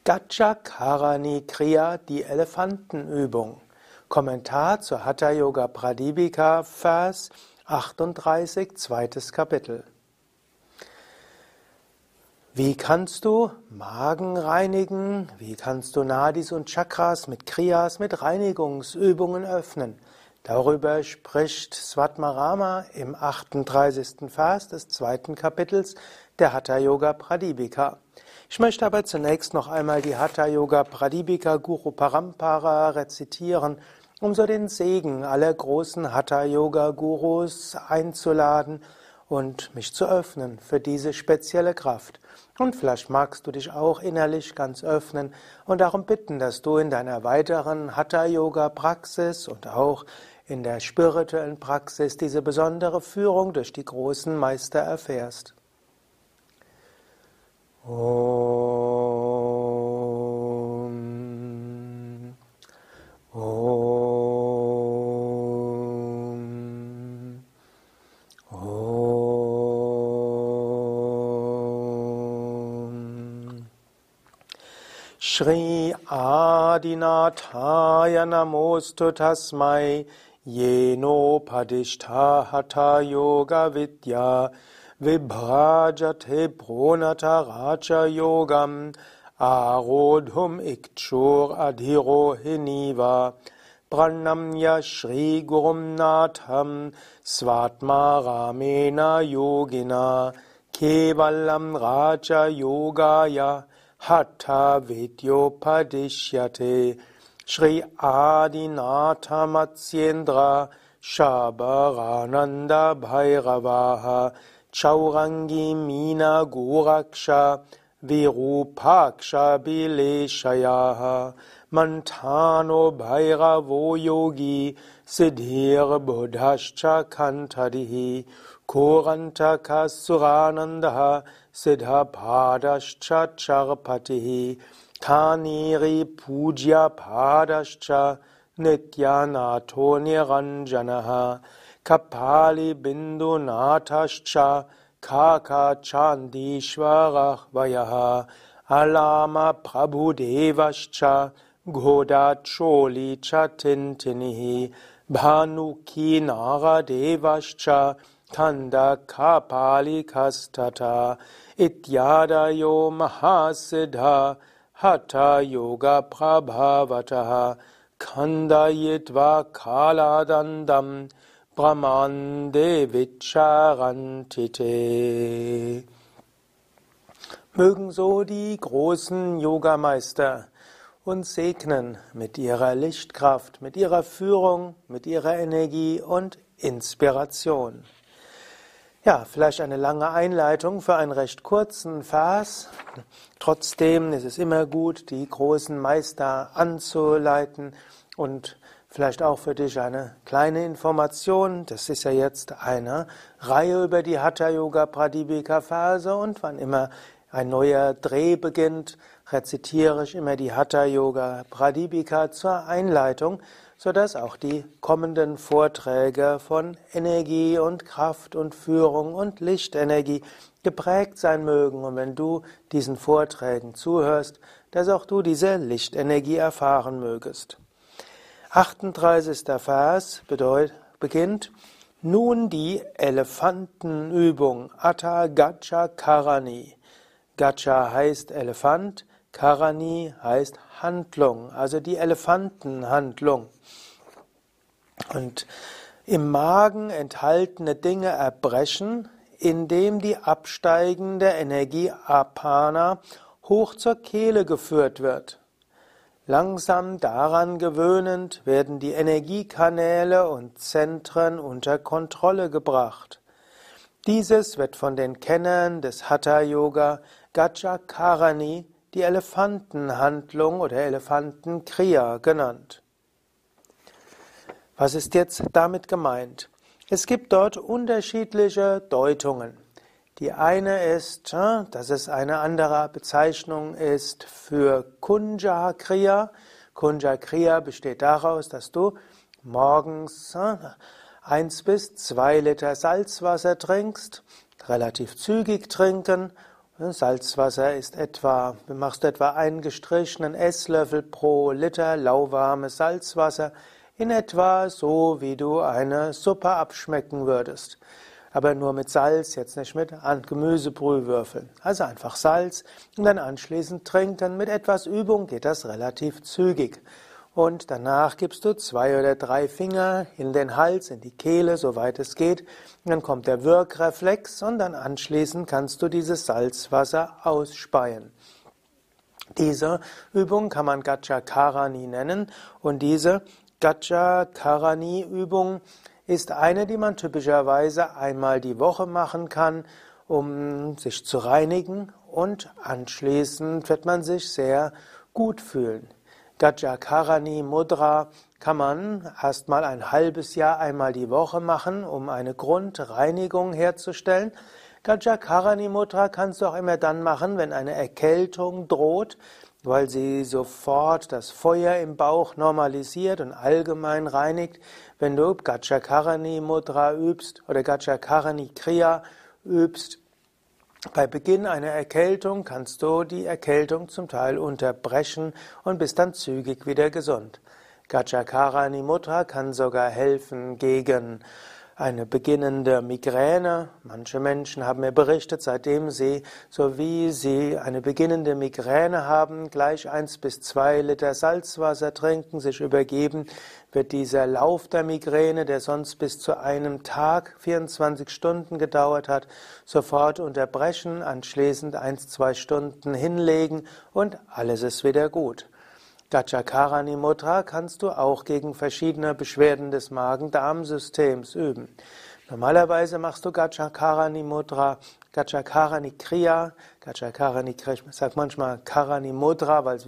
Gachakarani Kriya, die Elefantenübung. Kommentar zur Hatha Yoga Pradipika, Vers 38, zweites Kapitel. Wie kannst du Magen reinigen? Wie kannst du Nadis und Chakras mit Kriyas, mit Reinigungsübungen öffnen? Darüber spricht Svatmarama im 38. Vers des zweiten Kapitels der Hatha Yoga Pradipika. Ich möchte aber zunächst noch einmal die Hatha Yoga Pradipika Guru Parampara rezitieren, um so den Segen aller großen Hatha Yoga Gurus einzuladen und mich zu öffnen für diese spezielle Kraft. Und vielleicht magst du dich auch innerlich ganz öffnen und darum bitten, dass du in deiner weiteren Hatha Yoga Praxis und auch in der spirituellen Praxis diese besondere Führung durch die großen Meister erfährst. Om. Om. Om. Shri Adinathaya Namostu Tasmai Yeno Padishta Hatha Yoga Vidya Vibhrajate Pronata Raja Yogam Arodhum Ikchur Adhiro Hiniva Pranamya Shri Gurum Natham Svatma Ramena Yogina Kevalam Raja Yogaya Hatha Vidyopadishyate Shri Adinatha Matsyendra Shabarananda Bhairavaha Chaurangi Mina Goraksha Virupaksha Bileshayaha Mantano Bhairavo Yogi Siddhir Buddhascha Kantadihi Korantaka Suranandaha Siddhapadascha Charpatihi Kaniri Pujya Padascha Nityanato Niranjanaha Kapali Bindu Natascha Kaka Chandishwarah Vayaha Alama Prabhudevascha Goda Choli Chatintinihi Bhanuki Naradevascha Kanda Kapali Kastata Ityadayo Mahasiddha Hatha Yoga Prabhavataha Kandayitva Kaladandam Brahmande Vicharantite. Mögen so die großen Yogameister uns segnen mit ihrer Lichtkraft, mit ihrer Führung, mit ihrer Energie und Inspiration. Ja, vielleicht eine lange Einleitung für einen recht kurzen Vers. Trotzdem ist es immer gut, die großen Meister anzuleiten und vielleicht auch für dich eine kleine Information. Das ist ja jetzt eine Reihe über die Hatha Yoga Pradipika Verse und wann immer ein neuer Dreh beginnt, rezitiere ich immer die Hatha Yoga Pradipika zur Einleitung, sodass auch die kommenden Vorträge von Energie und Kraft und Führung und Lichtenergie geprägt sein mögen. Und wenn du diesen Vorträgen zuhörst, dass auch du diese Lichtenergie erfahren mögest. 38. Vers beginnt: Nun die Elefantenübung, Atha Gachakarani. Gacha heißt Elefant, Karani heißt Handlung, also die Elefantenhandlung. Und im Magen enthaltene Dinge erbrechen, indem die absteigende Energie Apana hoch zur Kehle geführt wird. Langsam daran gewöhnend werden die Energiekanäle und Zentren unter Kontrolle gebracht. Dieses wird von den Kennern des Hatha Yoga Gachakarani, die Elefantenhandlung oder Elefantenkriya genannt. Was ist jetzt damit gemeint? Es gibt dort unterschiedliche Deutungen. Die eine ist, dass es eine andere Bezeichnung ist für Kunja Kriya. Kunja Kriya besteht daraus, dass du morgens 1 bis 2 Liter Salzwasser trinkst, relativ zügig trinken, Salzwasser ist machst du etwa einen gestrichenen Esslöffel pro Liter lauwarmes Salzwasser, in etwa so, wie du eine Suppe abschmecken würdest. Aber nur mit Salz, jetzt nicht mit Gemüsebrühwürfeln. Also einfach Salz und dann anschließend trinken. Mit etwas Übung geht das relativ zügig. Und danach gibst du 2 oder 3 Finger in den Hals, in die Kehle, soweit es geht. Und dann kommt der Wirkreflex und dann anschließend kannst du dieses Salzwasser ausspeien. Diese Übung kann man Gachakarani nennen und diese Gachakarani-Übung ist eine, die man typischerweise einmal die Woche machen kann, um sich zu reinigen und anschließend wird man sich sehr gut fühlen. Gachakarani Mudra kann man erstmal ein halbes Jahr einmal die Woche machen, um eine Grundreinigung herzustellen. Gachakarani Mudra kannst du auch immer dann machen, wenn eine Erkältung droht, weil sie sofort das Feuer im Bauch normalisiert und allgemein reinigt. Wenn du Gachakarani Mudra übst oder Gachakarani Kriya übst, bei Beginn einer Erkältung kannst du die Erkältung zum Teil unterbrechen und bist dann zügig wieder gesund. Gachakarani Mudra kann sogar helfen gegen eine beginnende Migräne. Manche Menschen haben mir berichtet, seitdem sie, so wie sie eine beginnende Migräne haben, gleich 1 bis 2 Liter Salzwasser trinken, sich übergeben, wird dieser Lauf der Migräne, der sonst bis zu einem Tag, 24 Stunden gedauert hat, sofort unterbrechen, anschließend 1, 2 Stunden hinlegen und alles ist wieder gut. Gachakarani Mudra kannst du auch gegen verschiedene Beschwerden des Magen-Darm-Systems üben. Normalerweise machst du Gachakarani Mudra, Gachakarani Kriya, ich sage manchmal Karani Mudra, weil es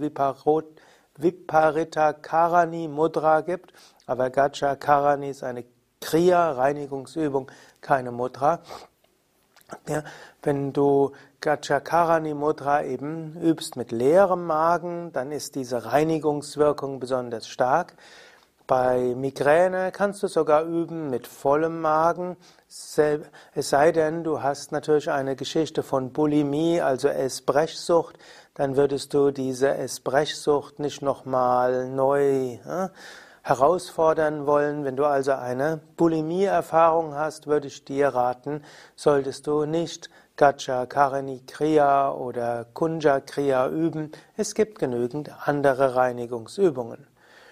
Viparita Karani Mudra gibt, aber Gachakarani ist eine Kriya, Reinigungsübung, keine Mudra. Ja, wenn du Gachakarani Mudra eben übst mit leerem Magen, dann ist diese Reinigungswirkung besonders stark. Bei Migräne kannst du sogar üben mit vollem Magen, es sei denn, du hast natürlich eine Geschichte von Bulimie, also Essbrechsucht, dann würdest du diese Essbrechsucht nicht nochmal neu herausfordern wollen. Wenn du also eine Bulimie-Erfahrung hast, würde ich dir raten, solltest du nicht Gachakarani Kriya oder Kunja Kriya üben. Es gibt genügend andere Reinigungsübungen.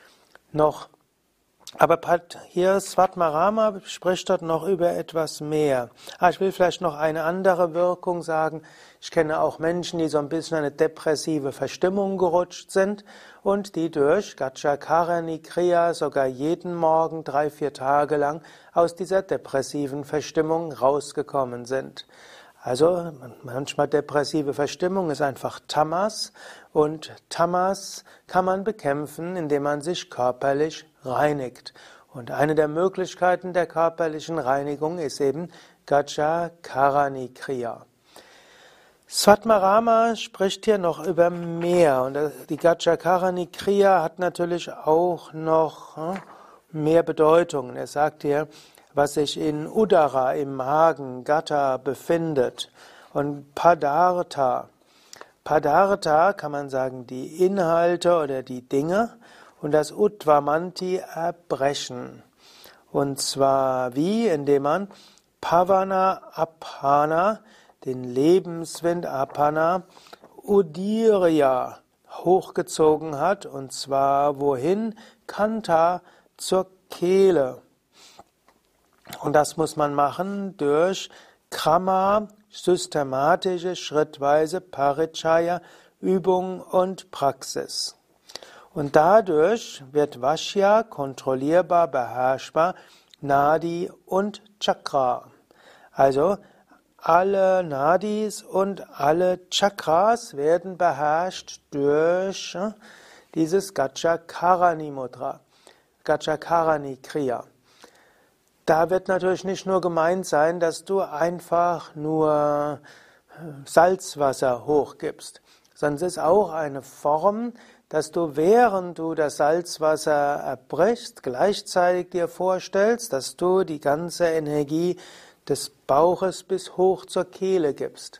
Aber hier Svatmarama spricht dort noch über etwas mehr. Ich will vielleicht noch eine andere Wirkung sagen. Ich kenne auch Menschen, die so ein bisschen in eine depressive Verstimmung gerutscht sind und die durch Gachakarani Kriya sogar jeden Morgen 3, 4 Tage lang aus dieser depressiven Verstimmung rausgekommen sind. Also manchmal depressive Verstimmung ist einfach Tamas und Tamas kann man bekämpfen, indem man sich körperlich reinigt. Und eine der Möglichkeiten der körperlichen Reinigung ist eben Gachakarani Kriya. Svatmarama spricht hier noch über mehr und die Gachakarani Kriya hat natürlich auch noch mehr Bedeutungen. Er sagt hier, was sich in Udara, im Magen, Gata befindet und Padartha. Padartha kann man sagen, die Inhalte oder die Dinge und das Uttvamanti erbrechen. Und zwar wie? Indem man Pavana Apana, den Lebenswind Apana, Udirya hochgezogen hat, und zwar wohin? Kanta, zur Kehle. Und das muss man machen durch Krama, systematische, schrittweise Parichaya, Übung und Praxis. Und dadurch wird Vashya kontrollierbar, beherrschbar, Nadi und Chakra. Also alle Nadis und alle Chakras werden beherrscht durch dieses Gachakarani Mudra, Gachakarani Kriya. Da wird natürlich nicht nur gemeint sein, dass du einfach nur Salzwasser hochgibst, sondern es ist auch eine Form, dass du, während du das Salzwasser erbrichst, gleichzeitig dir vorstellst, dass du die ganze Energie des Bauches bis hoch zur Kehle gibst.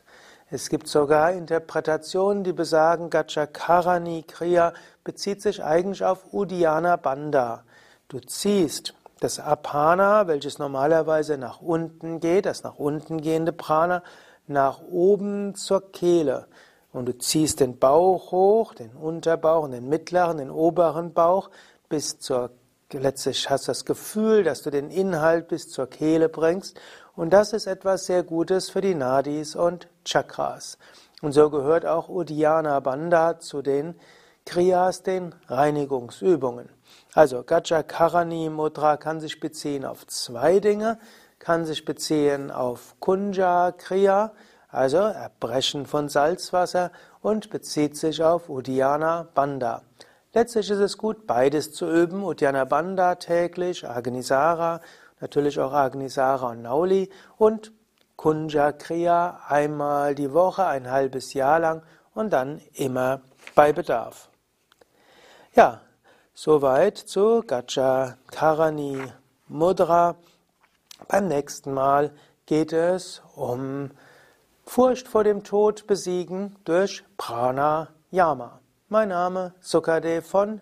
Es gibt sogar Interpretationen, die besagen, Gachakarani Kriya bezieht sich eigentlich auf Uddiyana Bandha. Du ziehst das Apana, welches normalerweise nach unten geht, das nach unten gehende Prana, nach oben zur Kehle. Und du ziehst den Bauch hoch, den Unterbauch und den mittleren, den oberen Bauch bis zur letztlich hast du das Gefühl, dass du den Inhalt bis zur Kehle bringst. Und das ist etwas sehr Gutes für die Nadis und Chakras. Und so gehört auch Uddiyana Bandha zu den Kriyas, den Reinigungsübungen. Also Gachakarani Mudra kann sich beziehen auf zwei Dinge, kann sich beziehen auf Kunja Kriya, also Erbrechen von Salzwasser, und bezieht sich auf Uddiyana Bandha. Letztlich ist es gut, beides zu üben, Uddiyana Bandha täglich, Agnisara, natürlich auch Agnisara und Nauli, und Kunja Kriya einmal die Woche, ein halbes Jahr lang und dann immer bei Bedarf. Ja, soweit zu Gachakarani Mudra. Beim nächsten Mal geht es um Furcht vor dem Tod besiegen durch Pranayama. Mein Name Sukadev von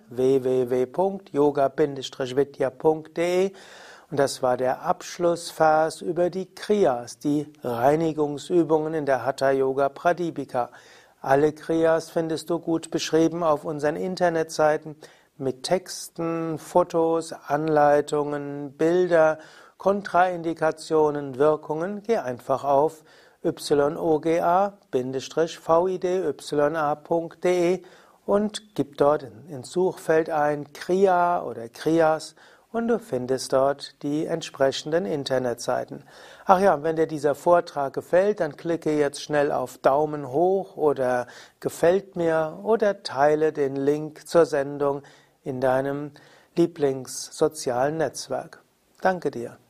www.yoga-vidya.de und das war der Abschlussvers über die Kriyas, die Reinigungsübungen in der Hatha Yoga Pradipika. Alle Kriyas findest du gut beschrieben auf unseren Internetseiten mit Texten, Fotos, Anleitungen, Bilder, Kontraindikationen, Wirkungen. Geh einfach auf yoga-vidya.de und gib dort ins Suchfeld ein Kriya oder Kriyas und du findest dort die entsprechenden Internetseiten. Ach ja, wenn dir dieser Vortrag gefällt, dann klicke jetzt schnell auf Daumen hoch oder gefällt mir oder teile den Link zur Sendung in deinem Lieblingssozialen Netzwerk. Danke dir.